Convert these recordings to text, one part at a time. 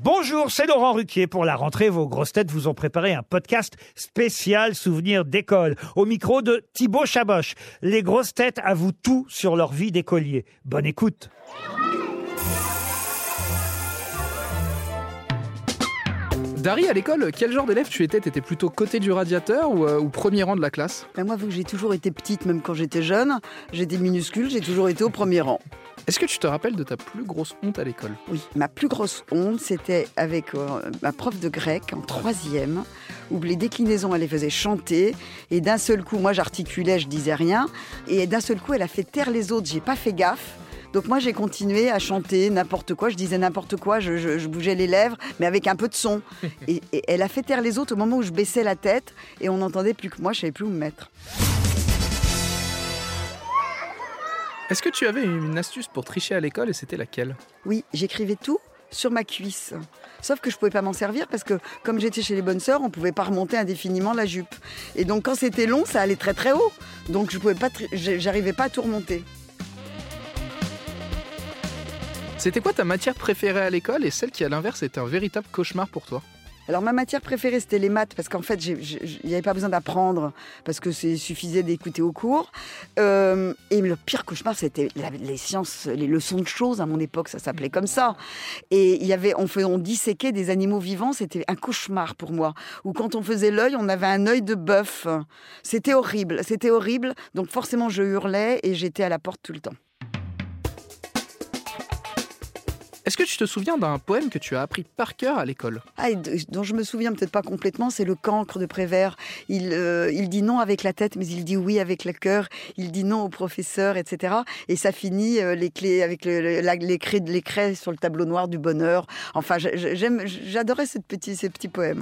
Bonjour, c'est Laurent Ruquier. Pour la rentrée, vos grosses têtes vous ont préparé un podcast spécial souvenirs d'école. Au micro de Thibaut Chaboch. Les grosses têtes avouent tout sur leur vie d'écolier. Bonne écoute. Dari, à l'école, quel genre d'élève tu étais ? T'étais plutôt côté du radiateur ou premier rang de la classe ? Moi, vu que j'ai toujours été petite, même quand j'étais jeune, j'étais minuscule, j'ai toujours été au premier rang. Est-ce que tu te rappelles de ta plus grosse honte à l'école ? Oui, ma plus grosse honte, c'était avec ma prof de grec en 3e, où les déclinaisons, elle les faisait chanter, et d'un seul coup, moi j'articulais, je disais rien, et d'un seul coup, elle a fait taire les autres, j'ai pas fait gaffe. Donc moi j'ai continué à chanter n'importe quoi, je disais n'importe quoi, je bougeais les lèvres, mais avec un peu de son. Et elle a fait taire les autres au moment où je baissais la tête, et on n'entendait plus que moi, je savais plus où me mettre. Est-ce que tu avais une astuce pour tricher à l'école et c'était laquelle ? Oui, j'écrivais tout sur ma cuisse. Sauf que je ne pouvais pas m'en servir parce que comme j'étais chez les bonnes sœurs, on ne pouvait pas remonter indéfiniment la jupe. Et donc quand c'était long, ça allait très très haut. Donc j'arrivais pas à tout remonter. C'était quoi ta matière préférée à l'école et celle qui à l'inverse était un véritable cauchemar pour toi ? Alors ma matière préférée c'était les maths parce qu'en fait il n'y avait pas besoin d'apprendre parce que il suffisait d'écouter au cours. Et le pire cauchemar c'était les sciences, les leçons de choses, à mon époque ça s'appelait comme ça. Et on disséquait des animaux vivants, c'était un cauchemar pour moi. Ou quand on faisait l'œil, on avait un œil de bœuf. C'était horrible. Donc forcément je hurlais et j'étais à la porte tout le temps. Est-ce que tu te souviens d'un poème que tu as appris par cœur à l'école ? Dont je me souviens peut-être pas complètement, c'est Le Cancre de Prévert. Il dit non avec la tête, mais il dit oui avec le cœur. Il dit non au professeur, etc. Et ça finit les clés avec les craies sur le tableau noir du bonheur. Enfin, j'adorais ces petits poèmes.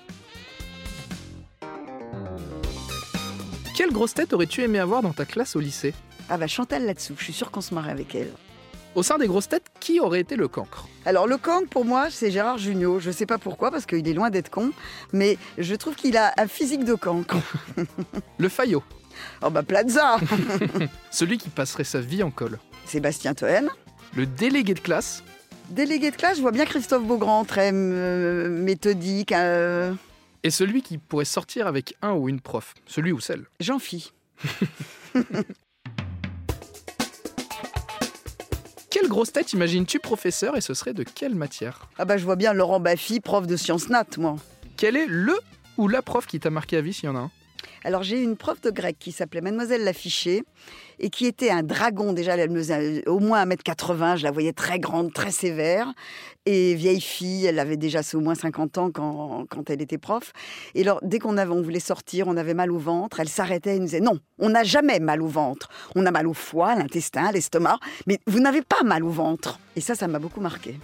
Quelle grosse tête aurais-tu aimé avoir dans ta classe au lycée ? Chantal là-dessous, je suis sûre qu'on se marrait avec elle. Au sein des grosses têtes, qui aurait été le cancre ? Alors le cancre, pour moi, c'est Gérard Jugnot. Je ne sais pas pourquoi, parce qu'il est loin d'être con, mais je trouve qu'il a un physique de cancre. Le faillot. Plaza. Celui qui passerait sa vie en colle. Sébastien Toen. Le délégué de classe. Délégué de classe, je vois bien Christophe Beaugrand, très méthodique. Et celui qui pourrait sortir avec un ou une prof. Celui ou celle. Jean-Phi. Quelle grosse tête imagines-tu professeur et ce serait de quelle matière ? Je vois bien Laurent Baffy, prof de sciences nat, moi. Quel est le ou la prof qui t'a marqué à vie, s'il y en a un ? Alors j'ai une prof de grec qui s'appelait Mademoiselle Lafiché et qui était un dragon. Déjà, elle mesurait au moins 1m80, je la voyais très grande, très sévère. Et vieille fille, elle avait déjà au moins 50 ans quand elle était prof. Et alors, dès on voulait sortir, on avait mal au ventre, elle s'arrêtait et nous disait « Non, on n'a jamais mal au ventre. On a mal au foie, à l'intestin, à l'estomac, mais vous n'avez pas mal au ventre. » Et ça m'a beaucoup marqué.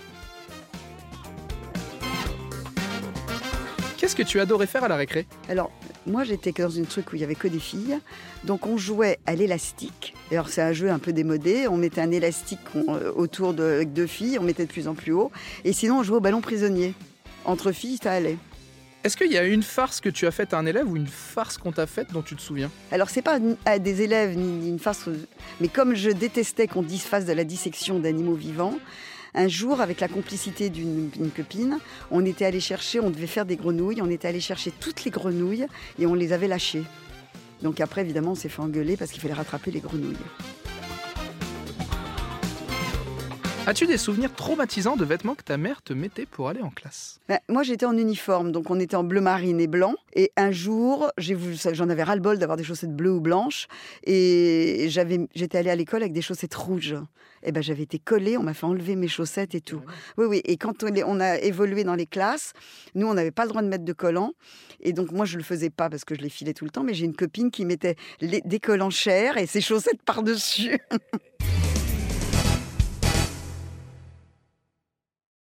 Qu'est-ce que tu adorais faire à la récré ? Alors, moi, j'étais dans un truc où il n'y avait que des filles. Donc, on jouait à l'élastique. Alors, c'est un jeu un peu démodé. On mettait un élastique autour avec deux filles. On mettait de plus en plus haut. Et sinon, on jouait au ballon prisonnier. Entre filles, ça allait. Est-ce qu'il y a une farce que tu as faite à un élève ou une farce qu'on t'a faite dont tu te souviens ? Alors, c'est pas à des élèves ni une farce. Mais comme je détestais qu'on fasse de la dissection d'animaux vivants, un jour, avec la complicité d'une copine, on devait faire des grenouilles, on était allé chercher toutes les grenouilles et on les avait lâchées. Donc après, évidemment, on s'est fait engueuler parce qu'il fallait rattraper les grenouilles. As-tu des souvenirs traumatisants de vêtements que ta mère te mettait pour aller en classe ? Moi, j'étais en uniforme, donc on était en bleu marine et blanc. Et un jour, j'en avais ras-le-bol d'avoir des chaussettes bleues ou blanches. Et j'étais allée à l'école avec des chaussettes rouges. Et j'avais été collée, on m'a fait enlever mes chaussettes et tout. Oui. Et quand on a évolué dans les classes, nous, on n'avait pas le droit de mettre de collants. Et donc, moi, je le faisais pas parce que je les filais tout le temps. Mais j'ai une copine qui mettait des collants chers et ses chaussettes par-dessus.